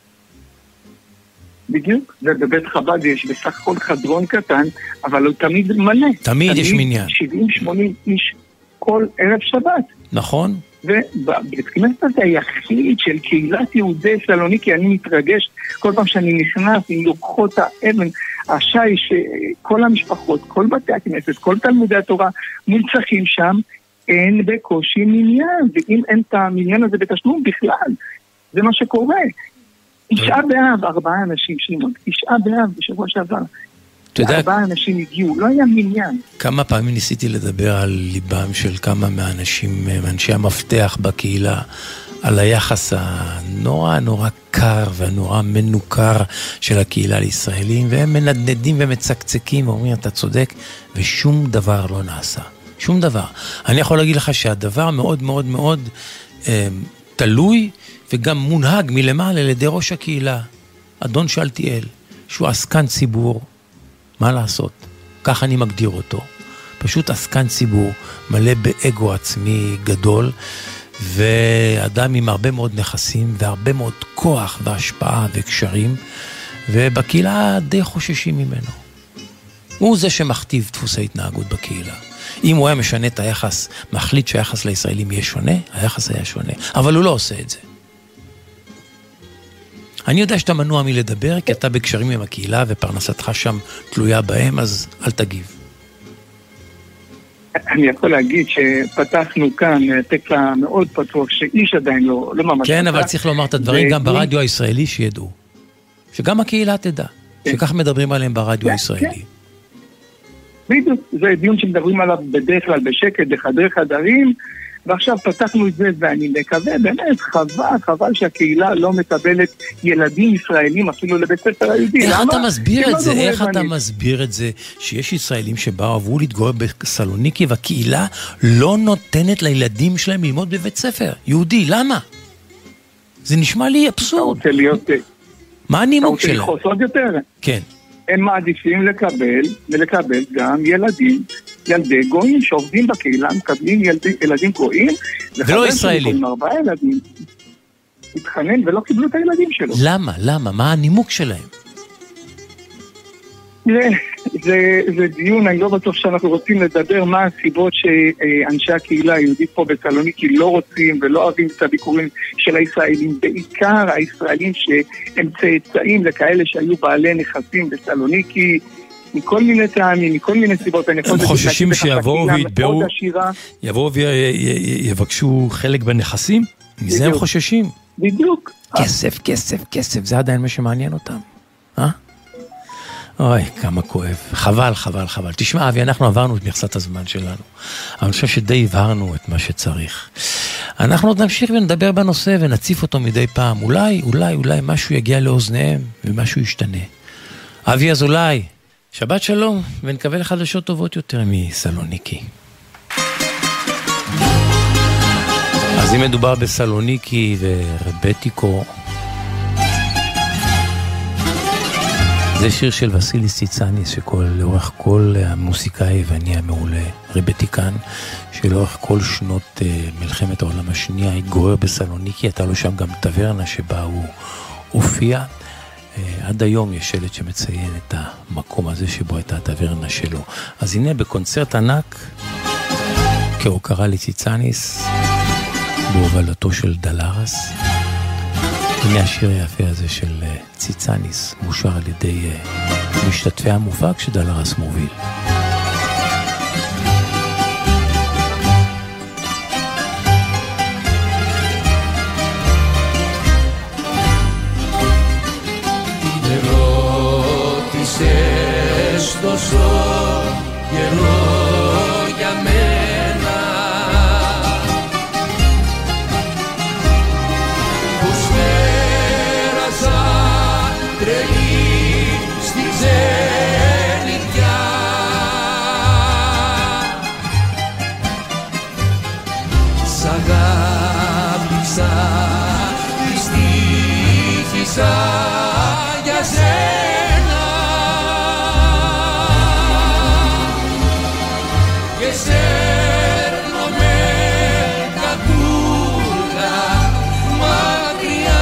בדיוק, ובבית חב"ד יש בסך הכל חדרון קטן, אבל הוא תמיד מלא. תמיד, תמיד יש מניין. שבעים שמונים איש כל ערב שבת. נכון. ובבית כנסת הזה היחיד של קהילת יהודי סלוניקי, אני מתרגש כל פעם שאני נכנס עם לוקחות האבן, השיש, כל המשפחות, כל בתי הכנסת, כל תלמודי התורה מונצחים שם, אין בקושי מניין, ואם אין את המניין הזה בתשלום בכלל, זה מה שקורה. תשעה באב, ארבעה אנשים, שמעון, תשעה באב בשבוע שעבר. ארבעה אנשים הגיעו, לא היה מניין. כמה פעמים ניסיתי לדבר על ליבם של כמה מהאנשים, מאנשי המפתח בקהילה, על היחס הנורא נורא קר והנורא מנוכר של הקהילה לישראלים, והם מנדנדים ומצקצקים ואומרים, אתה צודק, ושום דבר לא נעשה. שום דבר. אני יכול להגיד לך שהדבר מאוד מאוד מאוד אה, תלוי, וגם מונהג מלמעלה על ידי ראש הקהילה, אדון שאלתיאל, שהוא עסקן ציבור. מה לעשות? כך אני מגדיר אותו. פשוט עסקן ציבור, מלא באגו עצמי גדול, ואדם עם הרבה מאוד נכסים, והרבה מאוד כוח והשפעה וקשרים, ובקהילה די חוששים ממנו. הוא זה שמכתיב דפוס ההתנהגות בקהילה. אם הוא היה משנה את היחס, מחליט שהיחס לישראלים יהיה שונה, היחס היה שונה. אבל הוא לא עושה את זה. אני יודע שאתה מנוע מלדבר, כי אתה בקשרים עם הקהילה ופרנסתך שם תלויה בהם, אז אל תגיב. אני יכול להגיד שפתחנו כאן תקלה מאוד פתוח, שאיש עדיין לא, לא ממש... כן, אבל צריך לומר את הדברים גם ברדיו הישראלי שידעו. שגם הקהילה תדע, שכך מדברים עליהם ברדיו הישראלי. בדיוק, זה דיון שמדברים עליו בדרך כלל בשקט, בחדרי חדרים, ועכשיו פתחנו את זה, ואני מקווה, באמת, חבל, חבל שהקהילה לא מקבלת ילדים ישראלים אפילו לבית ספר היהודי. איך אתה מסביר את זה? איך אתה מסביר את זה שיש ישראלים שבאו עברו להתגורר בסלוניקי, והקהילה לא נותנת לילדים שלהם ללמוד בבית ספר יהודי? למה? זה נשמע לי אבסורד. אתה רוצה להיות... מה הנימוק שלהם? אתה רוצה לחוץ עוד יותר? כן. הם מעדיפים לקבל, ולקבל גם ילדים, ילדי גויים שעובדים בקהילה, מקבלים ילדי, ילדים גויים, ולא ישראלים. עם ארבעה ילדים, התחנן ולא קיבלו את הילדים שלו. למה? למה? מה הנימוק שלהם? זה, זה, זה דיון, אני לא בטוח שאנחנו רוצים לדבר מה הסיבות שאנשי הקהילה היהודית פה בסלוניקי לא רוצים ולא אוהבים את הביקורים של הישראלים, בעיקר הישראלים שהם צאצאים לכאלה שהיו בעלי נכסים בסלוניקי, מכל מיני טעמים, מכל מיני סיבות. הם חוששים שיבואו ויתבעו, יבואו ויבקשו חלק בנכסים? מזה הם חוששים? בדיוק. כסף, כסף, כסף, זה עדיין מה שמעניין אותם. אה? אוי, כמה כואב. חבל, חבל, חבל. תשמע, אבי, אנחנו עברנו את מכסת הזמן שלנו. אבל אני חושב שדי הבהרנו את מה שצריך. אנחנו עוד נמשיך ונדבר בנושא ונציף אותו מדי פעם. אולי, אולי, אולי משהו יגיע לאוזניהם ומשהו ישתנה. אבי אזולאי, שבת שלום, ונקבל חדשות טובות יותר מסלוניקי. אז אם מדובר בסלוניקי ורבטיקו, זה שיר של וסיליס ציצאניס, שלאורך כל המוסיקה היווני המעולה, ריבטיקן, שלאורך כל שנות uh, מלחמת העולם השנייה התגורר בסלוניקי, הייתה לו שם גם טברנה שבה הוא הופיע. Uh, עד היום יש שלט שמציין את המקום הזה שבו הייתה הטברנה שלו. אז הנה בקונצרט ענק, כהוקרה לציצאניס, בהובלתו של דלרס, הנה השיר היפה הזה של ציצאניס, מושר על ידי משתתפי המופע כשדלרס מוביל. Ερώτησες τόσο καιρό για μένα, πως πέρασα τρελή στη ξενιτιά. Σ' αγάπησα, δυστύχησα για σένα και σέρνομαι κατούλα μακριά.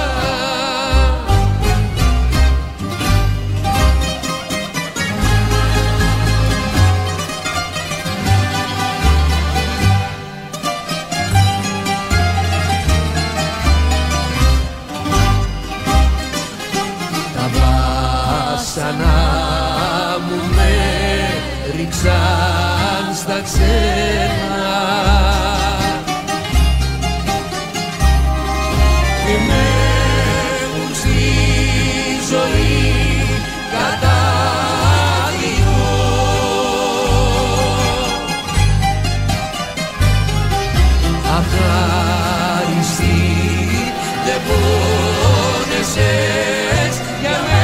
Βάσανα μου με ρίξαν στα ξένα και με έχουν στη ζωή κατάδικο. Αχάριστη δεν πόνεσες για μένα.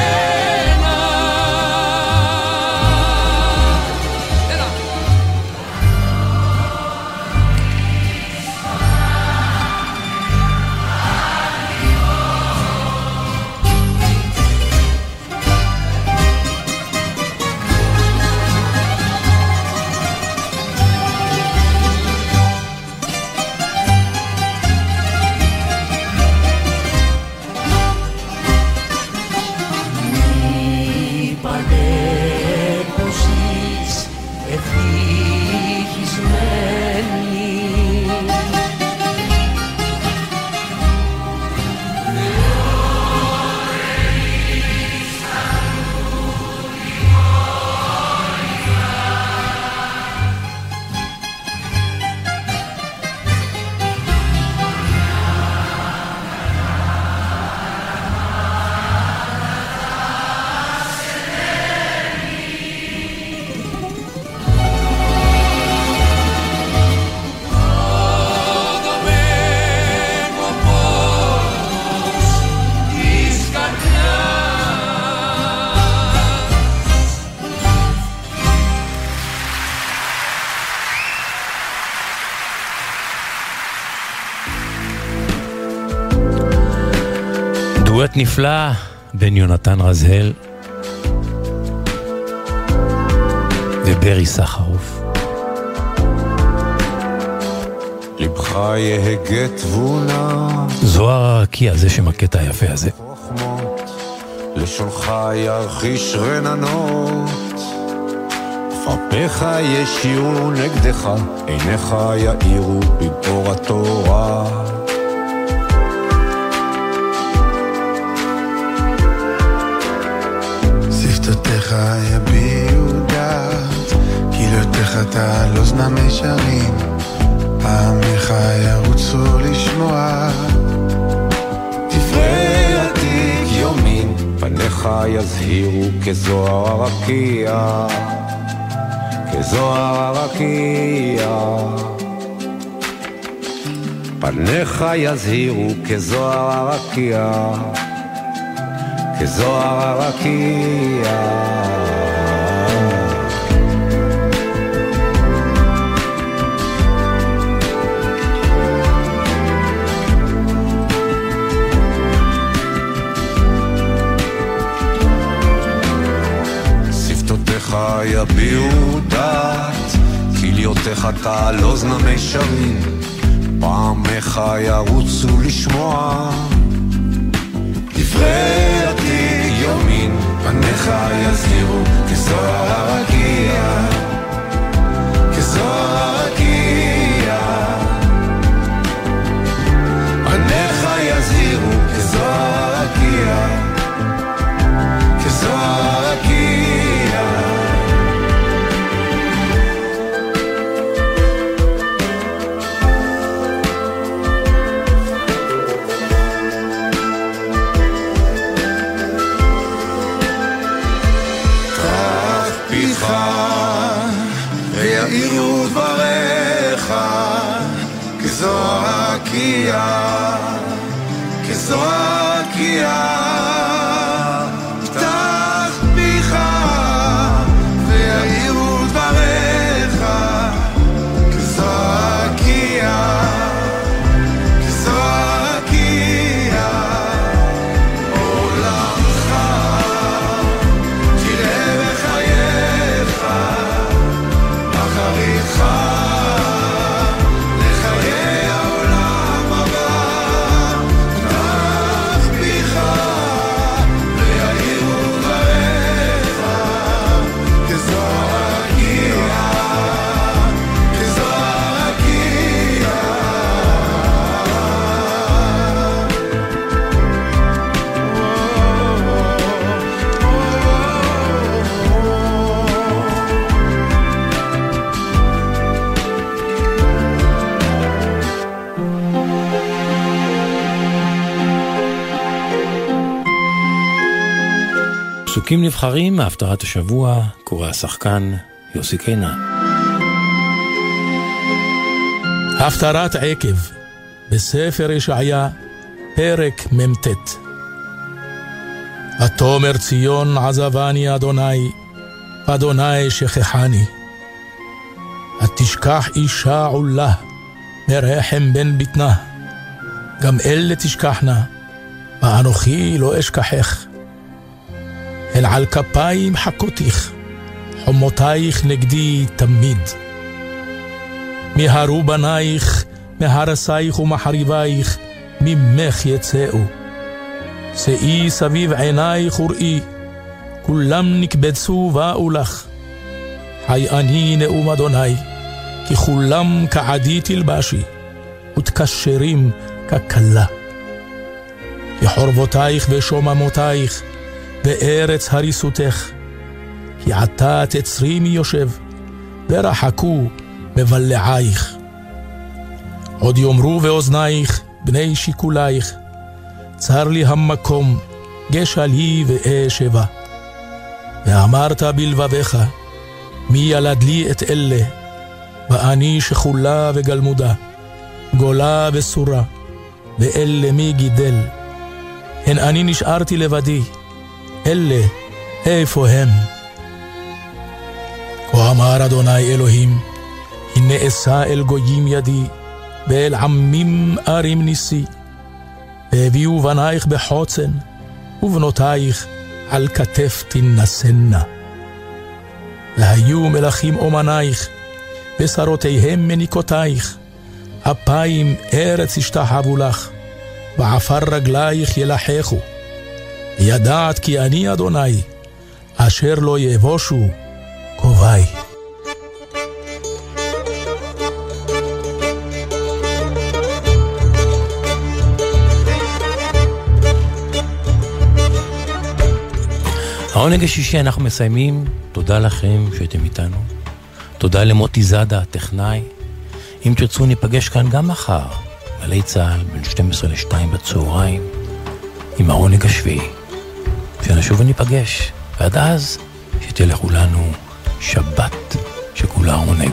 דואט נפלא בין יונתן רזהל וברי סחרוף. לבך יהגה תבונה, זוהר הרקיע, זה שמקט היפה הזה. לשונך ירחיש רננות, פרפך ישירו נגדך, עיניך יאירו בבאור התורה. שפתותיך יביעו דעת, קילותיך תעל אוזנם ישרים, פעמיך ירוצו לשמוע. דברי עתיק יומין, פניך יזהירו כזוהר הרקיע, כזוהר הרקיע. פניך יזהירו כזוהר הרקיע, כזוהר הרקיע. תחתה על אוזן המישרים, פעמך ירוצו לשמוע דברי עתיק יומין, פניך יזהירו כזוהר הרקיע, כזוהר הרקיע, פניך יזהירו כזוהר הרקיע, כזוהר הרקיע. ויאירו דבריך כזוהר הרקיע, כזוהר הרקיע. פתח פיך ויאירו דבריך כזוהר הרקיע, כזוהר הרקיע. עולמך תראה בחייך, אחריך לחיי העולם הבא. פתח פיך ויאירו דבריך כזוהר הרקיע, כזוהר הרקיע. פסוקים נבחרים מהפטרת השבוע, קורא השחקן יוסי קינן. הפטרת עקב בספר ישעיה, פרק ממ"ט. ותאמר ציון עזבני אדוני, אדוני שכחני. התשכח אישה עולה מרחם בן בטנה, גם אלה תשכחנה, ואנוכי לא אשכחך. הן על כפיים חכותיך, חומותייך נגדי תמיד. מהרו בנייך, מהרסייך ומחריבייך, ממך יצאו. שאי סביב עינייך וראי, כולם נקבצו באו לך. חי אני נאום אדוני, כי כולם כעדי תלבשי, ותקשרים ככלה. כי חורבותייך ושוממותייך, בארץ הריסותך, כי עתה תצרי מי יושב, ורחקו מבלעייך. עוד יאמרו באוזנייך, בני שיקולייך, צר לי המקום, גשה לי ואשבה. ואמרת בלבביך, מי ילד לי את אלה, ואני שכולה וגלמודה, גולה וסורה, ואלה מי גידל. הן אני נשארתי לבדי, אלה איפה הם? כה אמר אדוני אלוהים, הנה אשא אל גויים ידי, ואל עמים ערים ניסי, והביאו בנייך בחוצן, ובנותייך על כתף תנסנה. והיו מלכים אומנייך, ושרותיהם מניקותייך, אפיים ארץ ישתחוו לך, ועפר רגלייך ילחכו. ידעת כי אני אדוני, אשר לא יבושו כובעי. העונג השישי אנחנו מסיימים. תודה לכם שהייתם איתנו. תודה למוטי זאדה, הטכנאי. אם תרצו ניפגש כאן גם מחר, גלי צהל בין שתים עשרה לשתיים בצהריים, עם העונג השביעי. שנשוב וניפגש, ועד אז שתהיה לכולנו שבת שכולה עונג.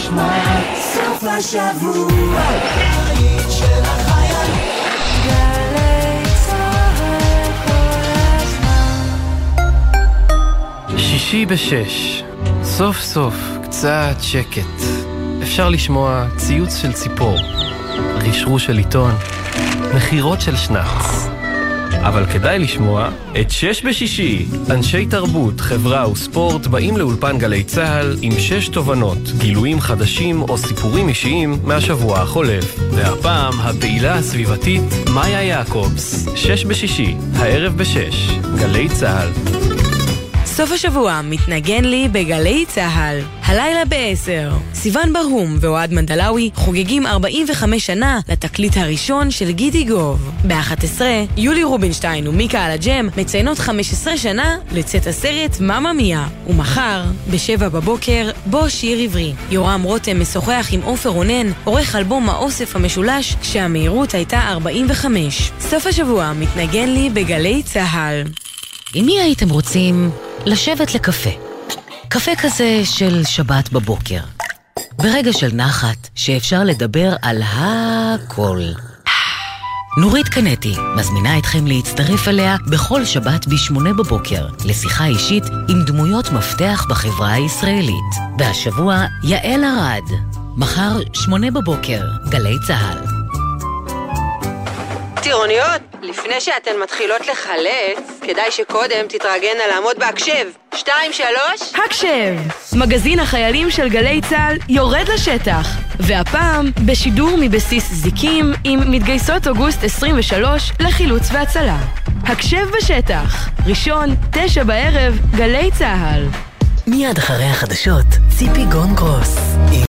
לשמוע סוף השבוע הבית של החיילים גלי צהל כל הזמן. שישי בשש, סוף סוף קצת שקט. אפשר לשמוע ציוץ של ציפור, רשרוש של עיתון, מחירות של שנץ. אבל כדאי לשמוע את שש בשישי. אנשי תרבות, חברה וספורט באים לאולפן גלי צהל עם שש תובנות, גילויים חדשים או סיפורים אישיים מהשבוע החולף. והפעם הפעילה הסביבתית מאיה יעקובס. שש בשישי, הערב בשש, גלי צהל. סוף השבוע מתנגן לי בגלי צהל. הלילה בעשר, סיוון ברהום ואוהד מנדלאוי חוגגים ארבעים וחמש שנה לתקליט הראשון של גידי גוב. ב-אחת עשרה, יולי רובינשטיין ומיקה על הג'ם מציינות חמש עשרה שנה לצאת הסרט מאמה מיה. ומחר, בשבע בבוקר, בו שיר עברי. יורם רותם משוחח עם עופר רונן, עורך אלבום האוסף המשולש, כשהמהירות הייתה ארבעים וחמש. סוף השבוע מתנגן לי בגלי צהל. עם מי הייתם רוצים לשבת לקפה? קפה כזה של שבת בבוקר. ברגע של נחת שאפשר לדבר על הכל. נורית קנטי מזמינה אתכם להצטרף אליה בכל שבת בשמונה בבוקר לשיחה אישית עם דמויות מפתח בחברה הישראלית. והשבוע יעל ארד. מחר שמונה בבוקר, גלי צהל. טירוניות, לפני שאתן מתחילות לחלץ, כדאי שקודם תתרגלנה לעמוד בהקשב. שתיים, שלוש. הקשב! מגזין החיילים של גלי צהל יורד לשטח. והפעם בשידור מבסיס זיקים עם מתגייסות אוגוסט עשרים ושלוש לחילוץ והצלה. הקשב בשטח. ראשון, תשע בערב, גלי צהל. מיד אחרי החדשות, ציפי גון גרוס.